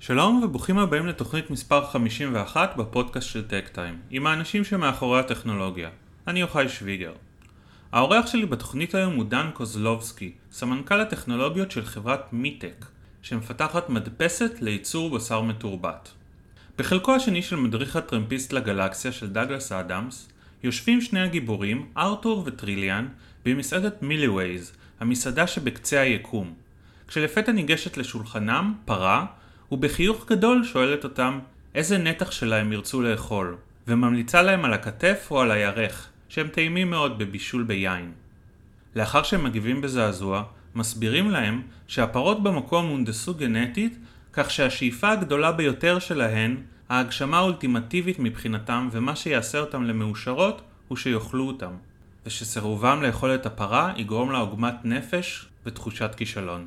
שלום וברוכים הבאים לתוכנית מספר 51 בפודקאסט של טק טיים, עם האנשים שמאחורי הטכנולוגיה. אני יוחאי שוויגר. האורח שלי בתוכנית היום הוא דן קוזלובסקי, סמנכ"ל הטכנולוגיות של חברת מיטק, שמפתחת מדפסת לייצור בשר מתורבת. בחלקו השני של מדריך הטרמפיסט לגלקסיה של דאגלס אדמס, יושבים שני הגיבורים, ארתור וטריליאן, במסעדת מיליווייז, המסעדה שבקצה היקום. כשלפתע ניגשת לשולחנם, פרה, ובחיוך גדול שואלת אותם איזה נתח שלה הם ירצו לאכול, וממליצה להם על הכתף או על הירך, שהם טעימים מאוד בבישול ביין. לאחר שהם מגיבים בזעזוע, מסבירים להם שהפרות במקום הונדסו גנטית, כך שהשאיפה הגדולה ביותר שלהן, ההגשמה האולטימטיבית מבחינתם ומה שיעשה אותם למאושרות, הוא שיאכלו אותם, ושסירובם לאכול את הפרה יגרום לה עוגמת נפש ותחושת כישלון.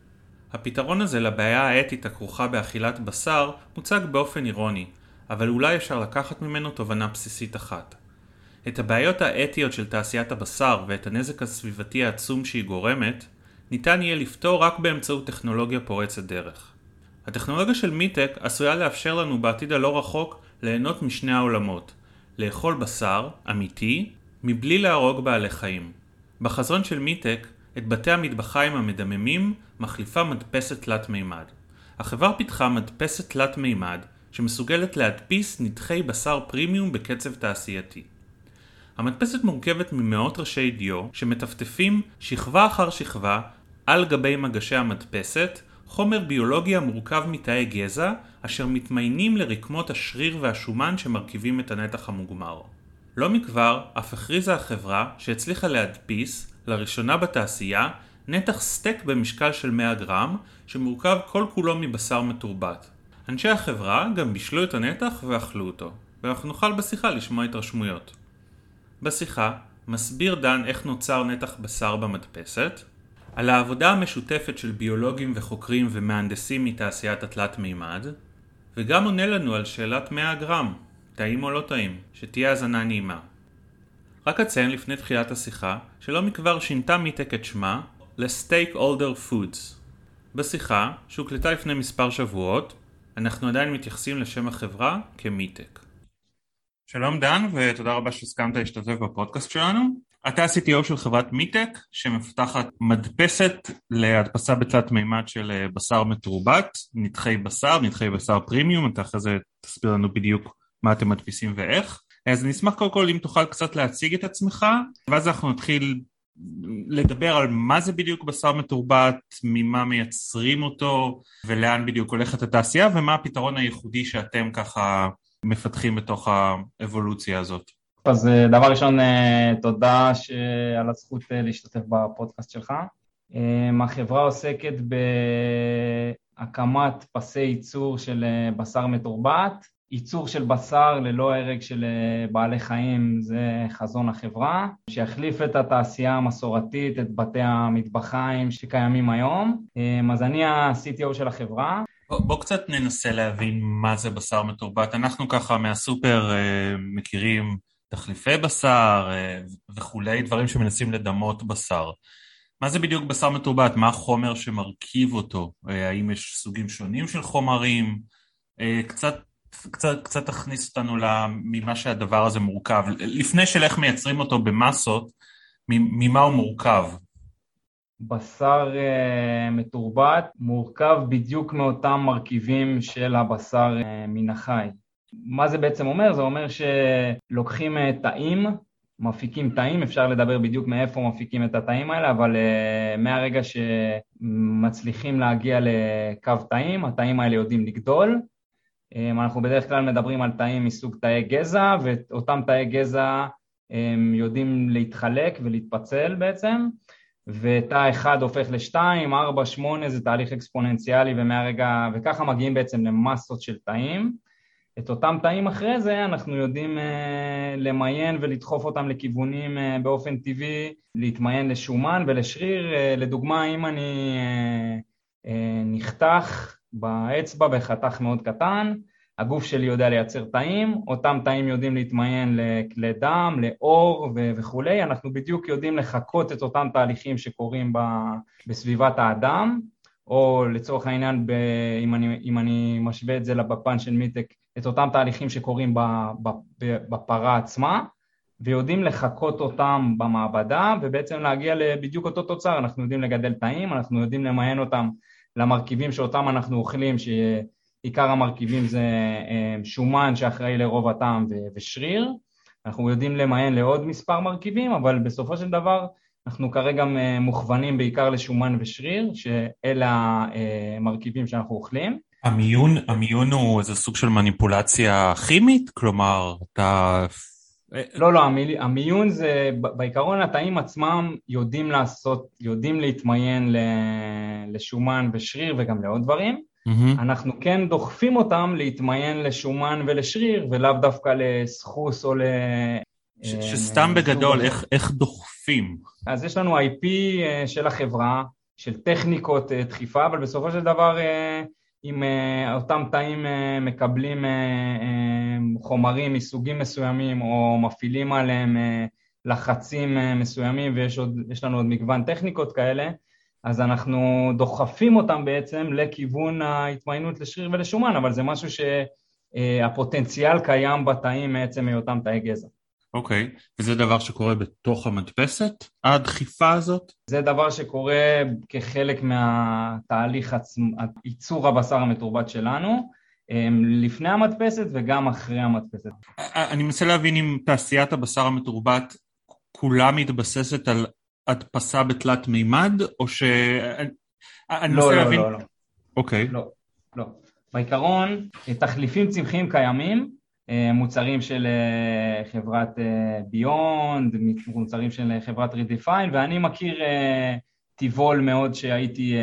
הפתרון הזה לבעיה האתית הכרוכה באכילת בשר מוצג באופן אירוני, אבל אולי אפשר לקחת ממנו תובנה בסיסית אחת. את הבעיות האתיות של תעשיית הבשר ואת הנזק הסביבתי העצום שהיא גורמת, ניתן יהיה לפתור רק באמצעות טכנולוגיה פורצת דרך. הטכנולוגיה של מיטק עשויה לאפשר לנו בעתיד הלא רחוק ליהנות משני העולמות, לאכול בשר, אמיתי, מבלי להרוג בעלי חיים. בחזון של מיטק, את בתי המטבחיים המדממים מחליפה מדפסת תלת מימד. החברה פיתחה מדפסת תלת מימד שמסוגלת להדפיס נתחי בשר פרימיום בקצב תעשייתי. המדפסת מורכבת ממאות ראשי דיו שמטפטפים שכבה אחר שכבה על גבי מגשי המדפסת, חומר ביולוגי המורכב מתאי גזע אשר מתמיינים לרקמות השריר והשומן שמרכיבים את הנתח המוגמר. לא מכבר אף הכריזה החברה שהצליחה להדפיס לראשונה בתעשייה נתח סטייק במשקל של 100 גרם שמורכב כל כולו מבשר מתורבת. אנשי החברה גם בישלו את הנתח ואכלו אותו, ואנחנו נוכל בשיחה לשמוע התרשמויות. בשיחה מסביר דן איך נוצר נתח בשר במדפסת, על העבודה המשותפת של ביולוגים וחוקרים ומהנדסים מתעשיית התלת מימד, וגם עונה לנו על שאלת 100 גרם, טעים או לא טעים, שתהיה הזנה נעימה. רק אציין לפני תחילת השיחה שלא מכבר שינתה מיטק את שמה ל-Stakeholder Foods. בשיחה, שהוקלטה לפני מספר שבועות, אנחנו עדיין מתייחסים לשם החברה כמיטק. שלום דן, ותודה רבה שהסכמת להשתתף בפודקאסט שלנו. אתה ה-CTO של חברת מיטק, שמפתחת מדפסת להדפסה בתלת מימד של בשר מתורבת, נתחי בשר פרימיום. אתה אחרי זה תסביר לנו בדיוק מה אתם מדפיסים ואיך. אז אני אשמח קודם כל אם תוכל קצת להציג את עצמך, ואז אנחנו נתחיל לדבר על מה זה בדיוק בשר מתורבת, ממה מייצרים אותו, ולאן בדיוק הולכת התעשייה, ומה הפתרון הייחודי שאתם ככה מפתחים בתוך האבולוציה הזאת. אז דבר ראשון, תודה על הזכות להשתתף בפודקאסט שלך. החברה עוסקת בהקמת פסי ייצור של בשר מתורבת, ייצור של בשר ללא הרג של בעלי חיים, זה חזון החברה, שיחליף את התעשייה המסורתית, את בתי המטבחיים שקיימים היום. אז אני ה-CTO של החברה. בוא קצת ננסה להבין מה זה בשר מתורבת. אנחנו ככה מהסופר מכירים תחליפי בשר וכולי, דברים שמנסים לדמות בשר. מה זה בדיוק בשר מתורבת? מה החומר שמרכיב אותו? האם יש סוגים שונים של חומרים? קצת תכניס אותנו ממה שהדבר הזה מורכב. לפני של איך מייצרים אותו במסות, ממה הוא מורכב? בשר מתורבת מורכב בדיוק מאותם מרכיבים של הבשר מן החי. מה זה בעצם אומר? זה אומר שלוקחים תאים, מפיקים תאים, אפשר לדבר בדיוק מאיפה מפיקים את התאים האלה, אבל מהרגע שמצליחים להגיע לקו תאים, התאים האלה יודעים לגדול. אנחנו בדרך כלל מדברים על תאים מסוג תאי גזע, ואותם תאי גזע יודעים להתחלק ולהתפצל בעצם, ותא אחד הופך לשתיים, 4, 8 זה תהליך אקספוננציאלי, וככה מגיעים בעצם למסות של תאים. את אותם תאים אחרי זה אנחנו יודעים למיין ולדחוף אותם לכיוונים באופן טבעי, להתמיין לשומן ולשריר. לדוגמה, אם אני נחתך באצבע בחתך מאוד קטן, הגוף שלי יודע לייצר תאים, אותם תאים יודעים להתמיין לכלי דם, לאור וכולי. אנחנו בדיוק יודעים לחכות את אותם תהליכים שקורים בסביבת האדם, או לצורך העניין, אם אני משווה את זה בפן של מיטק, את אותם תהליכים שקורים בפרה עצמה, ויודעים לחכות אותם במעבדה, ובעצם להגיע לבדיוק אותו תוצר. אנחנו יודעים לגדל תאים, אנחנו יודעים למיין אותם למרכיבים שאותם אנחנו אוכלים, שעיקר המרכיבים זה שומן שאחראי לרוב הטעם ושריר. אנחנו יודעים למיין לעוד מספר מרכיבים, אבל בסופו של דבר אנחנו כרגע מוכוונים בעיקר לשומן ושריר, שאלה המרכיבים שאנחנו אוכלים. המיון הוא איזה סוג של מניפולציה כימית? כלומר, אתה... לא, המיון זה, בעיקרון התאים עצמם יודעים להתמיין לשומן ושריר וגם לעוד דברים. אנחנו כן דוחפים אותם להתמיין לשומן ולשריר, ולאו דווקא לסחוס או שסתם בגדול, איך דוחפים? אז יש לנו IP של החברה, של טכניקות דחיפה, אבל בסופו של דבר, אם אותם תאים מקבלים חומרים מסוגים מסוימים, או מפעילים עליהם לחצים מסוימים, ויש לנו עוד מגוון טכניקות כאלה, אז אנחנו דוחפים אותם בעצם לכיוון ההתמיינות לשריר ולשומן, אבל זה משהו שהפוטנציאל קיים בתאים מעצם מאותם תאי גזע. אוקיי, וזה דבר שקורה בתוך המדפסת, הדחיפה הזאת? זה דבר שקורה כחלק מהתהליך ייצור הבשר המתורבת שלנו, לפני המדפסת וגם אחרי המדפסת. אני מנסה להבין אם תעשיית הבשר המתורבת כולה מתבססת על הדפסה בתלת מימד, או ש... לא. אוקיי. לא. בעיקרון, תחליפים צמחיים קיימים, מוצרים של חברת ביונד, מוצרים של חברת רידיפיין, ואני מכיר טיבול מאוד שהייתי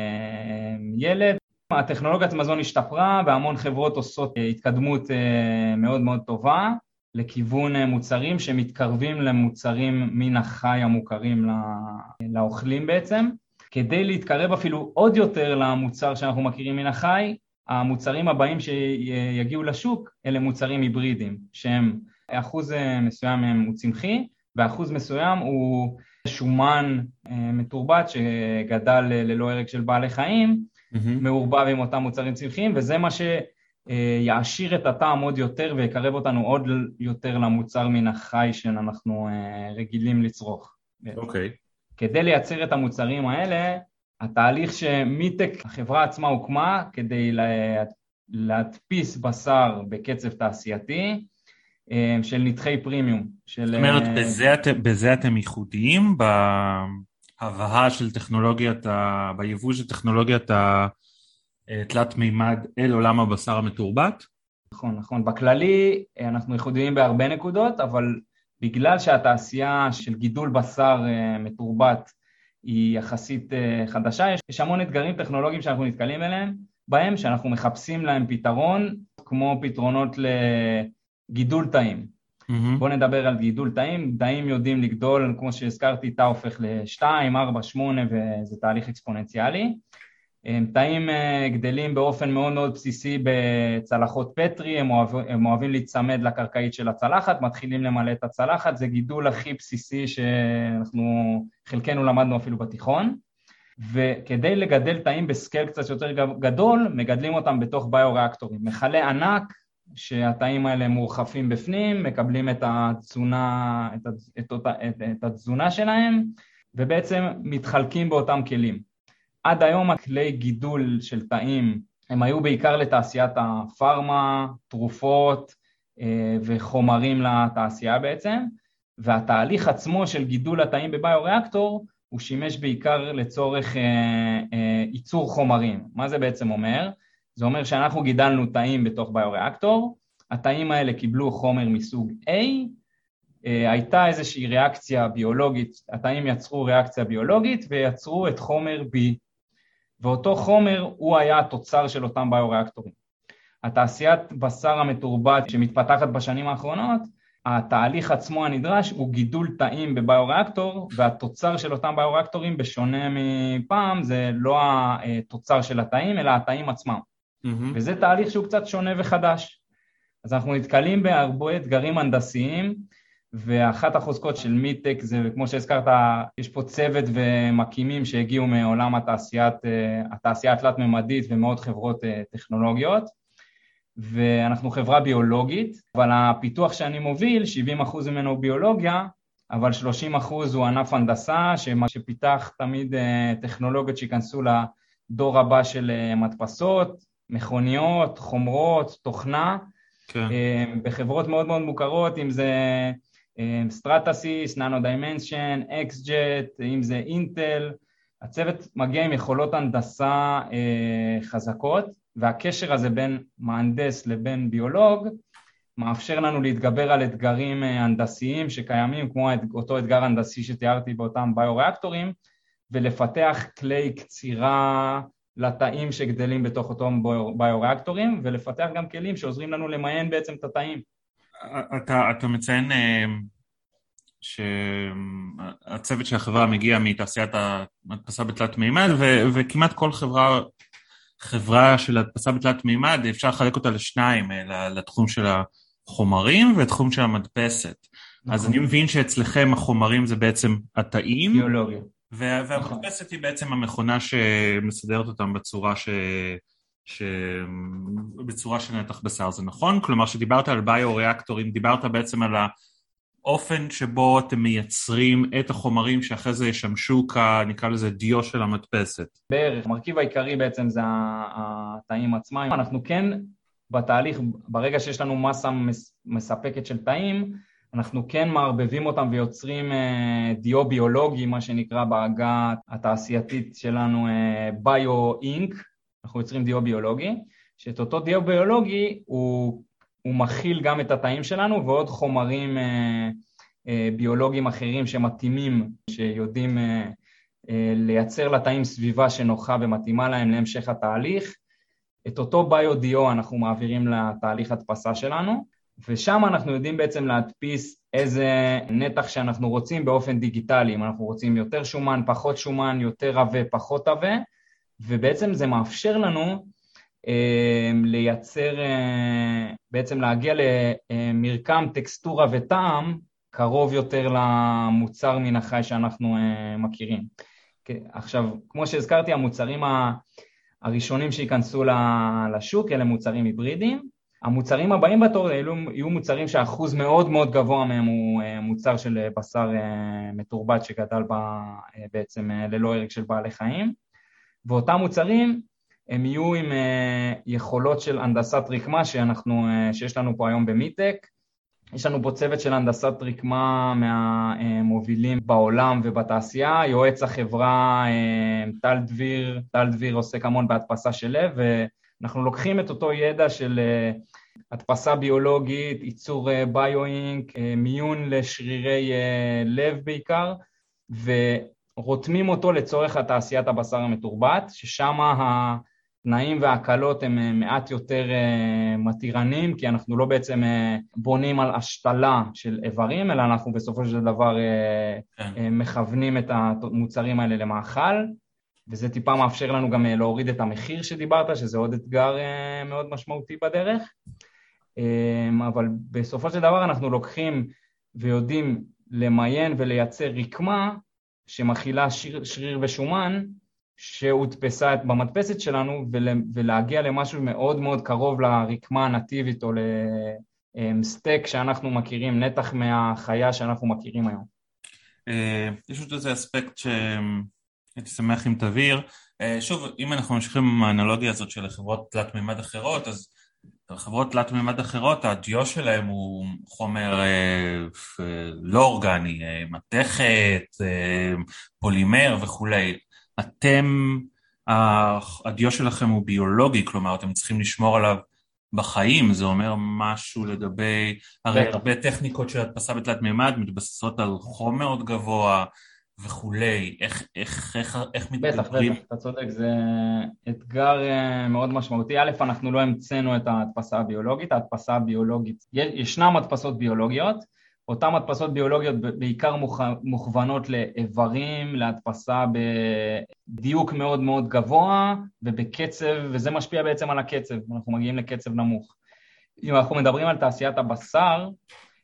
ילד. הטכנולוגיית מזון השתפרה, והמון חברות עושות התקדמות מאוד מאוד טובה, לכיוון מוצרים שמתקרבים למוצרים מן החי המוכרים לאוכלים בעצם. כדי להתקרב אפילו עוד יותר למוצר שאנחנו מכירים מן החי, המוצרים הבאים שיגיעו לשוק אלה מוצרים היברידיים, שהם אחוז מסוים הוא צמחי, ואחוז מסוים הוא שומן מתורבת שגדל ללא הרג של בעלי חיים, מעורבב עם אותם מוצרים צמחיים, וזה מה שיעשיר את הטעם עוד יותר ויקרב אותנו עוד יותר למוצר מן החי שאנחנו רגילים לצרוך. אוקיי. כדי לייצר את המוצרים האלה, התהליך שמיטק, החברה עצמה הוקמה כדי להדפיס בשר בקצב תעשייתי של נתחי פרימיום. זאת אומרת, בזה אתם ייחודיים? בהבאה של טכנולוגיית, ביבוא של טכנולוגיית התלת מימד אל עולם הבשר המתורבת? נכון. בכללי אנחנו ייחודיים בהרבה נקודות, אבל בגלל שהתעשייה של גידול בשר מתורבת היא יחסית חדשה, יש המון אתגרים טכנולוגיים שאנחנו נתקלים אליהם, בהם שאנחנו מחפשים להם פתרון, כמו פתרונות לגידול תאים. בואו נדבר על גידול תאים. תאים יודעים לגדול, כמו שהזכרתי, תא הופך ל-2, 4, 8, וזה תהליך אקספוננציאלי. תאים גדלים באופן מאוד מאוד בסיסי בצלחות פטרי, הם אוהבים להצמד לקרקעית של הצלחת, מתחילים למלא את הצלחת, זה גידול הכי בסיסי שאנחנו חלקנו למדנו אפילו בתיכון, וכדי לגדל תאים בסקייל קצת יותר גדול, מגדלים אותם בתוך ביו-ריאקטורים, מכלי ענק שהתאים האלה מורחפים בפנים, מקבלים את התזונה שלהם, ובעצם מתחלקים באותם כלים. עד היום הכלי גידול של תאים הם היו בעיקר לתעשיית הפארמה, תרופות וחומרים לתעשייה בעצם, והתהליך עצמו של גידול התאים בביו-ריאקטור הוא שימש בעיקר לצורך ייצור חומרים. מה זה בעצם אומר? זה אומר שאנחנו גידלנו תאים בתוך ביו-ריאקטור, התאים האלה קיבלו חומר מסוג A, הייתה איזושהי ריאקציה ביולוגית, התאים יצרו ריאקציה ביולוגית ויצרו את חומר B, ואותו חומר הוא היה התוצר של אותם ביו-ריאקטורים. התעשיית בשר המתורבת שמתפתחת בשנים האחרונות, התהליך עצמו הנדרש הוא גידול תאים בביו-ריאקטור, והתוצר של אותם ביו-ריאקטורים בשונה מפעם זה לא התוצר של התאים אלא התאים עצמם. וזה תהליך שהוא קצת שונה וחדש. אז אנחנו נתקלים בהרבה אתגרים הנדסיים, ואחת החוזקות של מיטק זה, כמו שהזכרת, יש פה צוות ומקימים שהגיעו מעולם התעשייה התלת-ממדית ומאות חברות טכנולוגיות, ואנחנו חברה ביולוגית, אבל הפיתוח שאני מוביל, 70% ממנו ביולוגיה, אבל 30% הוא ענף הנדסה, שפיתח תמיד טכנולוגיות שיכנסו לדור הבא של מדפסות, מכוניות, חומרות, תוכנה, כן. בחברות מאוד מאוד מוכרות, אם זה סטרטסיס, ננו דיימנשן, אקסג'ט, אם זה אינטל, הצוות מגיע עם יכולות הנדסה חזקות, והקשר הזה בין מהנדס לבין ביולוג, מאפשר לנו להתגבר על אתגרים הנדסיים שקיימים, כמו אותו אתגר הנדסי שתיארתי באותם ביוריאקטורים, ולפתח כלי קצירה לתאים שגדלים בתוך אותם ביוריאקטורים, ולפתח גם כלים שעוזרים לנו למיין בעצם את התאים. אתה מציין שהצוות של החברה מגיע מתעשיית ההדפסה בתלת מימד, וכמעט כל חברה של הדפסה בתלת מימד, אפשר לחלק אותה לשניים, לתחום של החומרים ותחום של המדפסת. נכון. אז אני מבין שאצלכם החומרים זה בעצם התאים, ביולוגיה. והמדפסת נכון. היא בעצם המכונה שמסדרת אותם בצורה של נתח בשר, זה נכון? כלומר, שדיברת על ביו-ריאקטורים, דיברת בעצם על האופן שבו אתם מייצרים את החומרים שאחרי זה ישמשו נקרא לזה דיו של המדפסת. בערך, המרכיב העיקרי בעצם זה התאים עצמם. אנחנו כן בתהליך, ברגע שיש לנו מסה מספקת של תאים, אנחנו כן מערבבים אותם ויוצרים דיו ביולוגי, מה שנקרא בעגה התעשייתית שלנו ביו-אינק, אנחנו יוצרים דיו ביולוגי, שאת אותו דיו ביולוגי הוא מכיל גם את התאים שלנו ועוד חומרים ביולוגיים אחרים שמתאימים, שיודעים לייצר לתאים סביבה שנוחה ומתאימה להם להמשך התהליך. את אותו ביו-דיו אנחנו מעבירים לתהליך הדפסה שלנו, ושם אנחנו יודעים בעצם להדפיס איזה נתח שאנחנו רוצים באופן דיגיטלי, אם אנחנו רוצים יותר שומן, פחות שומן, יותר עבה, פחות עבה, ובעצם זה מאפשר לנו לייצר, בעצם להגיע למרקם, טקסטורה וטעם, קרוב יותר למוצר מן החי שאנחנו מכירים. עכשיו, כמו שהזכרתי, המוצרים הראשונים שיכנסו לשוק, אלה מוצרים היברידיים, המוצרים הבאים בתור יהיו מוצרים שהאחוז מאוד מאוד גבוה מהם הוא מוצר של בשר מתורבת שגדל בעצם ללא הרג של בעלי חיים, ואותם מוצרים הם יהיו עם יכולות של הנדסת רקמה שיש לנו פה היום במיטק. יש לנו פה צוות של הנדסת רקמה מהמובילים בעולם ובתעשייה, יועץ החברה טל דביר עוסק המון בהדפסה של לב, ואנחנו לוקחים את אותו ידע של הדפסה ביולוגית, ייצור ביו-אינק, מיון לשרירי לב בעיקר, ורותמים אותו לצורך התעשיית הבשר המתורבת, ששם התנאים וההקלות הם מעט יותר מתירנים, כי אנחנו לא בעצם בונים על השתלה של איברים, אלא אנחנו בסופו של דבר מכוונים את המוצרים האלה למאכל, וזה טיפה מאפשר לנו גם להוריד את המחיר שדיברת, שזה עוד אתגר מאוד משמעותי בדרך, אבל בסופו של דבר אנחנו לוקחים ויודעים למיין ולייצר רקמה שמכילה שריר ושומן, שהודפסה במדפסת שלנו, ולהגיע למשהו מאוד מאוד קרוב לרקמה הנטיבית, או לסטייק שאנחנו מכירים, נתח מהחיה שאנחנו מכירים היום. יש עוד איזה אספקט שהייתי שמח אם תבהיר. שוב, אם אנחנו ממשיכים עם האנלוגיה הזאת של חברות תלת מימד אחרות, אז חברות תלת מימד אחרות, הדיו שלהם הוא חומר לא אורגני, מתכת, פולימר וכולי. הדיו שלכם הוא ביולוגי, כלומר אתם צריכים לשמור עליו בחיים, זה אומר משהו לגבי, הרי הרבה טכניקות של הדפסה בתלת מימד מתבססות על חום מאוד גבוה וכולי, איך מתגברים? בטח, אתה צודק, זה אתגר מאוד משמעותי. א', אנחנו לא המצאנו את ההדפסה הביולוגית, ההדפסה הביולוגית, ישנם הדפסות ביולוגיות, אותן הדפסות ביולוגיות בעיקר מוכוונות לאיברים, להדפסה בדיוק מאוד מאוד גבוה ובקצב, וזה משפיע בעצם על הקצב, אנחנו מגיעים לקצב נמוך. אם אנחנו מדברים על תעשיית הבשר,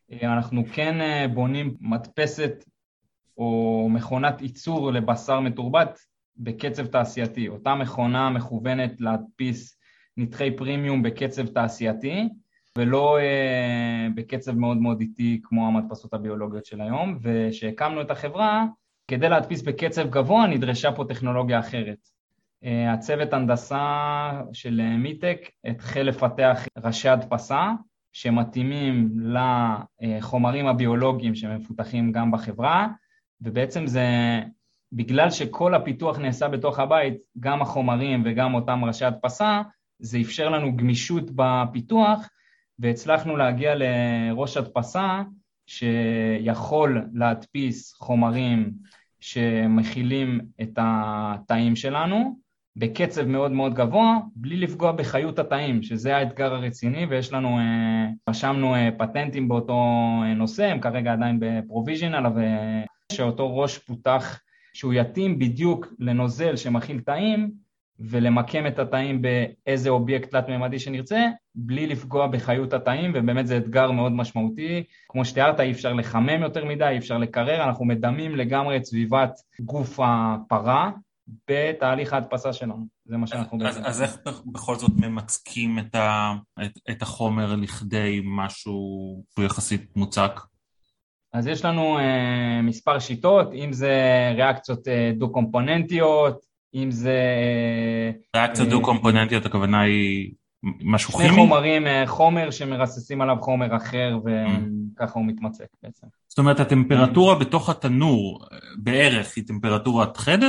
אנחנו כן בונים מדפסת או מכונת ייצור לבשר מתורבת בקצב תעשייתי. אותה מכונה מכוונת להדפיס נתחי פרימיום בקצב תעשייתי, ולא בקצב מאוד מאוד איטי כמו המדפסות הביולוגיות של היום, ושהקמנו את החברה, כדי להדפיס בקצב גבוה נדרשה פה טכנולוגיה אחרת. הצוות הנדסה של מיטק התחיל לפתח ראשי הדפסה, שמתאימים לחומרים הביולוגיים שמפותחים גם בחברה, ובעצם זה, בגלל שכל הפיתוח נעשה בתוך הבית, גם החומרים וגם אותם ראשי הדפסה, זה אפשר לנו גמישות בפיתוח, והצלחנו להגיע לראש הדפסה שיכול להדפיס חומרים שמכילים את התאים שלנו, בקצב מאוד מאוד גבוה, בלי לפגוע בחיות התאים, שזה האתגר הרציני, ויש לנו, רשמנו פטנטים באותו נושא, הם כרגע עדיין בפרוביז'ינל, שאותו ראש פותח שהוא יתאים בדיוק לנוזל שמכיל תאים, ולמקם את התאים באיזה אובייקט תלת-ממדי שנרצה, בלי לפגוע בחיות התאים, ובאמת זה אתגר מאוד משמעותי. כמו שתיארת, אי אפשר לחמם יותר מדי, אי אפשר לקרר, אנחנו מדמים לגמרי את סביבת גוף הפרה, בתהליך ההדפסה שלנו. זה מה שאנחנו בעצם. אז איך בכל זאת ממצקים את החומר לכדי משהו יחסית מוצק? אז יש לנו מספר שיטות, אם זה ריאקציות דו-קומפוננטיות, אם זה... ריאקציות דו-קומפוננטיות, הכוונה היא משהו כימי? שני חומרים, חומר שמרססים עליו חומר אחר, וככה הוא מתמצק בעצם. זאת אומרת, הטמפרטורה בתוך התנור בערך היא טמפרטורת חדר?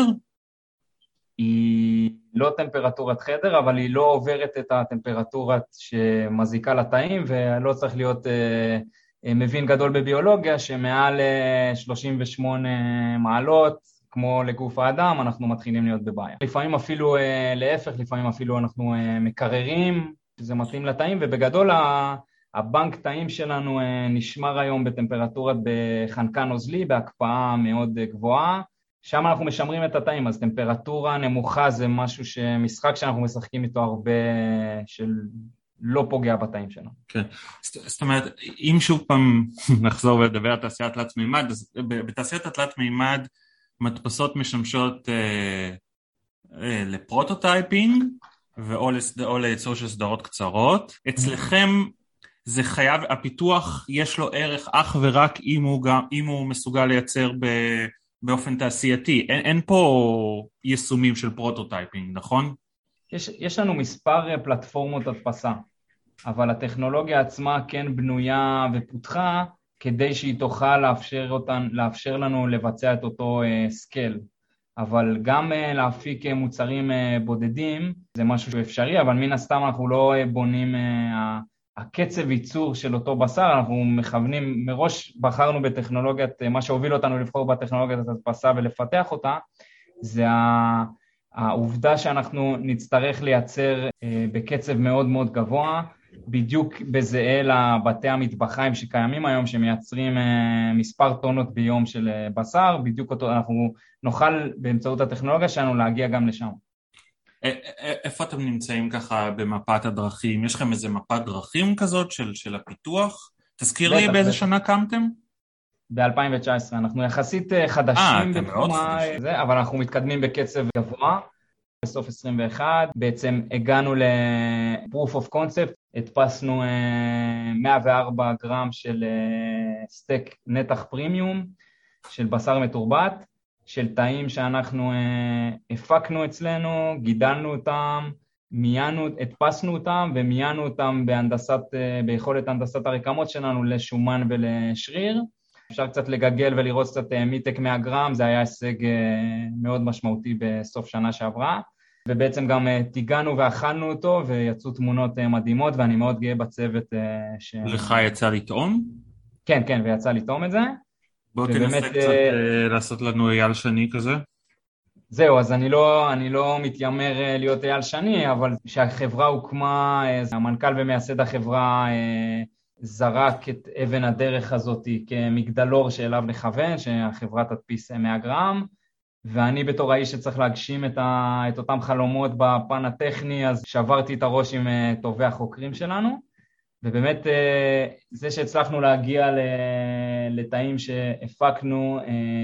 היא לא טמפרטורת חדר, אבל היא לא עוברת את הטמפרטורה שמזיקה לתאים, ולא צריך להיות מבין גדול בביולוגיה, שמעל 38 מעלות, כמו לגוף האדם, אנחנו מתחילים להיות בבעיה. לפעמים אפילו להפך, לפעמים אפילו אנחנו מקררים, שזה מתאים לתאים, ובגדול הבנק תאים שלנו נשמר היום בטמפרטורת בחנקן נוזלי, בהקפאה מאוד גבוהה, שם אנחנו משמרים את התאים, אז טמפרטורה נמוכה זה משהו משחק שאנחנו משחקים איתו הרבה, של לא פוגע בתאים שלנו. כן, זאת אומרת, אם שוב פעם נחזור ולדבר על תעשיית תלת מימד, אז בתעשיית התלת מימד מדפסות משמשות לפרוטוטייפינג, או לייצור של סדרות קצרות. אצלכם זה חייב, הפיתוח יש לו ערך אך ורק אם הוא מסוגל לייצר באופן תעשייתי. אין פה יישומים של פרוטוטייפינג, נכון? יש לנו מספר פלטפורמות הדפסה, אבל הטכנולוגיה עצמה כן בנויה ופותחה, כדי שהיא תוכל לאפשר לנו לבצע את אותו סקל. אבל גם להפיק מוצרים בודדים, זה משהו שאפשרי, אבל מן הסתם אנחנו לא בונים, הקצב ייצור של אותו בשר, אנחנו מכוונים, מראש בחרנו בטכנולוגיית, מה שהוביל אותנו לבחור בטכנולוגיית הדפסה ולפתח אותה, זה העובדה שאנחנו נצטרך לייצר בקצב מאוד מאוד גבוה, בדיוק בזהה לבתי המטבחיים שקיימים היום, שמייצרים מספר טונות ביום של בשר, בדיוק אותו, אנחנו נוכל באמצעות הטכנולוגיה שלנו להגיע גם לשם. איפה אתם נמצאים ככה במפת הדרכים? יש לכם איזה מפת דרכים כזאת של הפיתוח? תזכיר לי באיזה שנה קמתם? ב-2019, אנחנו יחסית חדשים בתחום הזה, אבל אנחנו מתקדמים בקצב גבוה. בסוף 21, בעצם הגענו ל-proof of concept, הדפסנו 104 גרם של סטייק נתח פרימיום, של בשר מתורבת, של תאים שאנחנו הפקנו אצלנו, גידלנו אותם, הדפסנו אותם ומיינו אותם ביכולת הנדסת הרקמות שלנו לשומן ולשריר. אפשר קצת לגגל ולראות קצת מיטק 100 גרם, זה היה הישג מאוד משמעותי בסוף שנה שעברה, ובעצם גם תיגענו ואכלנו אותו, ויצאו תמונות מדהימות, ואני מאוד גאה בצוות לך יצא לטעום? כן, כן, ויצא לטעום את זה. בוא תנסה קצת לעשות לנו אייל שני כזה. זהו, אז אני לא מתיימר להיות אייל שני, אבל כשהחברה הוקמה, המנכ"ל ומייסד החברה זרק את אבן הדרך הזאת כמגדלור שאליו לכוון, שהחברה תדפיס 100 גרם, ואני בתור האיש שצריך להגשים את אותם חלומות בפן הטכני, אז שברתי את הראש עם טובי החוקרים שלנו, ובאמת זה שהצלחנו להגיע לתאים שהפקנו,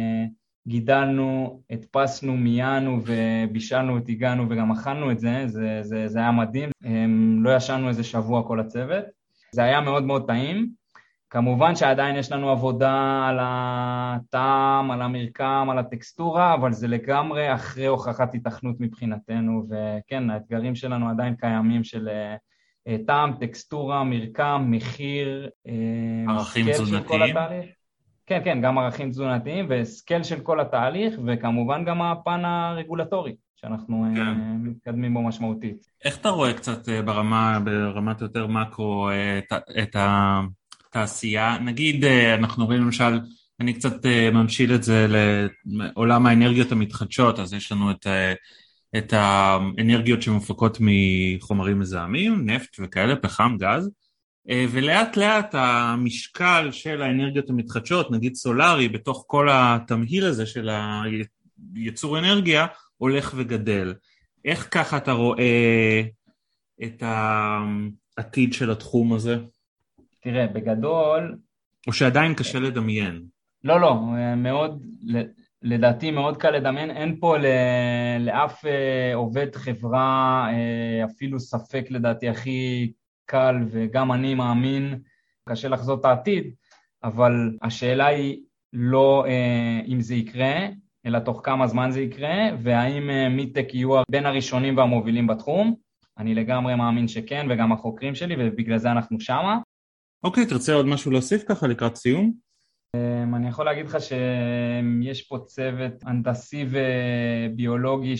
גידלנו, הדפסנו, מיינו ובישלנו והגענו וגם אכלנו את זה, זה היה מדהים. לא ישנו איזה שבוע כל הצוות. זה היה מאוד מאוד טעים. כמובן שעדיין יש לנו עבודה על הטעם, על המרקם, על הטקסטורה, אבל זה לגמרי אחרי הוכחת התכנות מבחינתנו, וכן, האתגרים שלנו עדיין קיימים של טעם, טקסטורה, מרקם, מחיר, ערכים תזונתיים. כן, כן, גם ערכים תזונתיים וסקל של כל התהליך, וכמובן גם הפן הרגולטורי, שאנחנו מתקדמים בו משמעותית. איך אתה רואה קצת ברמת יותר מקרו את התעשייה? נגיד, אנחנו רואים למשל, אני קצת ממשיל את זה לעולם האנרגיות המתחדשות, אז יש לנו את האנרגיות שמופקות מחומרים מזהמים, נפט וכאלה, פחם, גז, ולאט לאט המשקל של האנרגיות המתחדשות, נגיד סולרי, בתוך כל התמהיל הזה של הייצור אנרגיה, הולך וגדל. איך ככה אתה רואה את העתיד של התחום הזה? תראה, בגדול... או שעדיין קשה לדמיין? לא, מאוד, לדעתי מאוד קל לדמיין, אין פה לאף עובד חברה אפילו ספק לדעתי הכי קל, וגם אני מאמין, קשה לחזות את העתיד, אבל השאלה היא לא אם זה יקרה, אלא תוך כמה זמן זה יקרה, והאם מיטק יהיו בין הראשונים והמובילים בתחום. אני לגמרי מאמין שכן, וגם החוקרים שלי, ובגלל זה אנחנו שמה. אוקיי, תרצה עוד משהו להוסיף ככה לקראת סיום? אני יכול להגיד לך שיש פה צוות הנדסי וביולוגי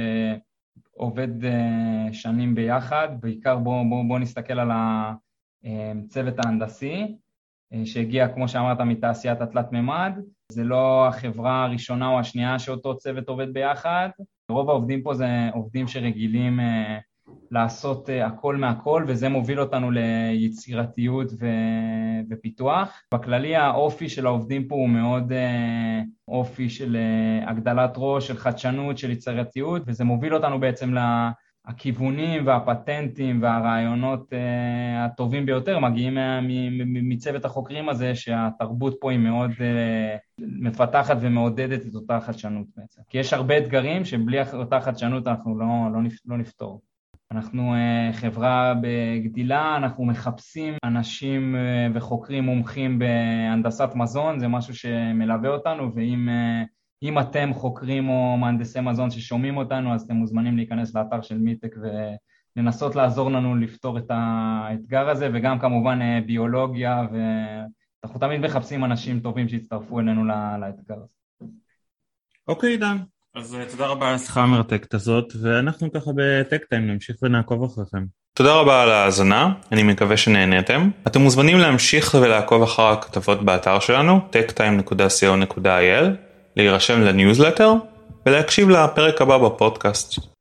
שעובד שנים ביחד, בעיקר בוא נסתכל על הצוות ההנדסי, שהגיע, כמו שאמרת, מתעשיית התלת ממד. זה לא החברה הראשונה או השנייה שאותו צוות עובד ביחד. רוב העובדים פה זה עובדים שרגילים לעשות הכל מהכל, וזה מוביל אותנו ליצירתיות ופיתוח. בכללי האופי של העובדים פה הוא מאוד אופי של הגדלת ראש, של חדשנות, של יצירתיות, וזה מוביל אותנו בעצם הכיוונים והפטנטים והרעיונות הטובים ביותר מגיעים מצוות החוקרים הזה, שהתרבות פה היא מאוד מפתחת ומעודדת את אותה חדשנות בעצם. כי יש הרבה אתגרים שבלי אותה חדשנות אנחנו לא נפתור. אנחנו חברה בגדילה, אנחנו מחפשים אנשים וחוקרים מומחים בהנדסת מזון, זה משהו שמלווה אותנו, ואם אתם חוקרים או מהנדסי מזון ששומעים אותנו, אז אתם מוזמנים להיכנס לאתר של מיטק ולנסות לעזור לנו לפתור את האתגר הזה, וגם כמובן ביולוגיה, ואנחנו תמיד מחפשים אנשים טובים שיצטרפו אלינו לאתגר הזה. אוקיי, דן. אז תודה רבה על השיחה המרתקת הזאת, ואנחנו ככה בטק-טיים נמשיך ונעקוב אחריכם. תודה רבה על ההאזנה, אני מקווה שנהניתם. אתם מוזמנים להמשיך ולעקוב אחר הכתבות באתר שלנו, techtime.co.il, להירשם לניוזלטר ולהקשיב לפרק הבא בפודקאסט.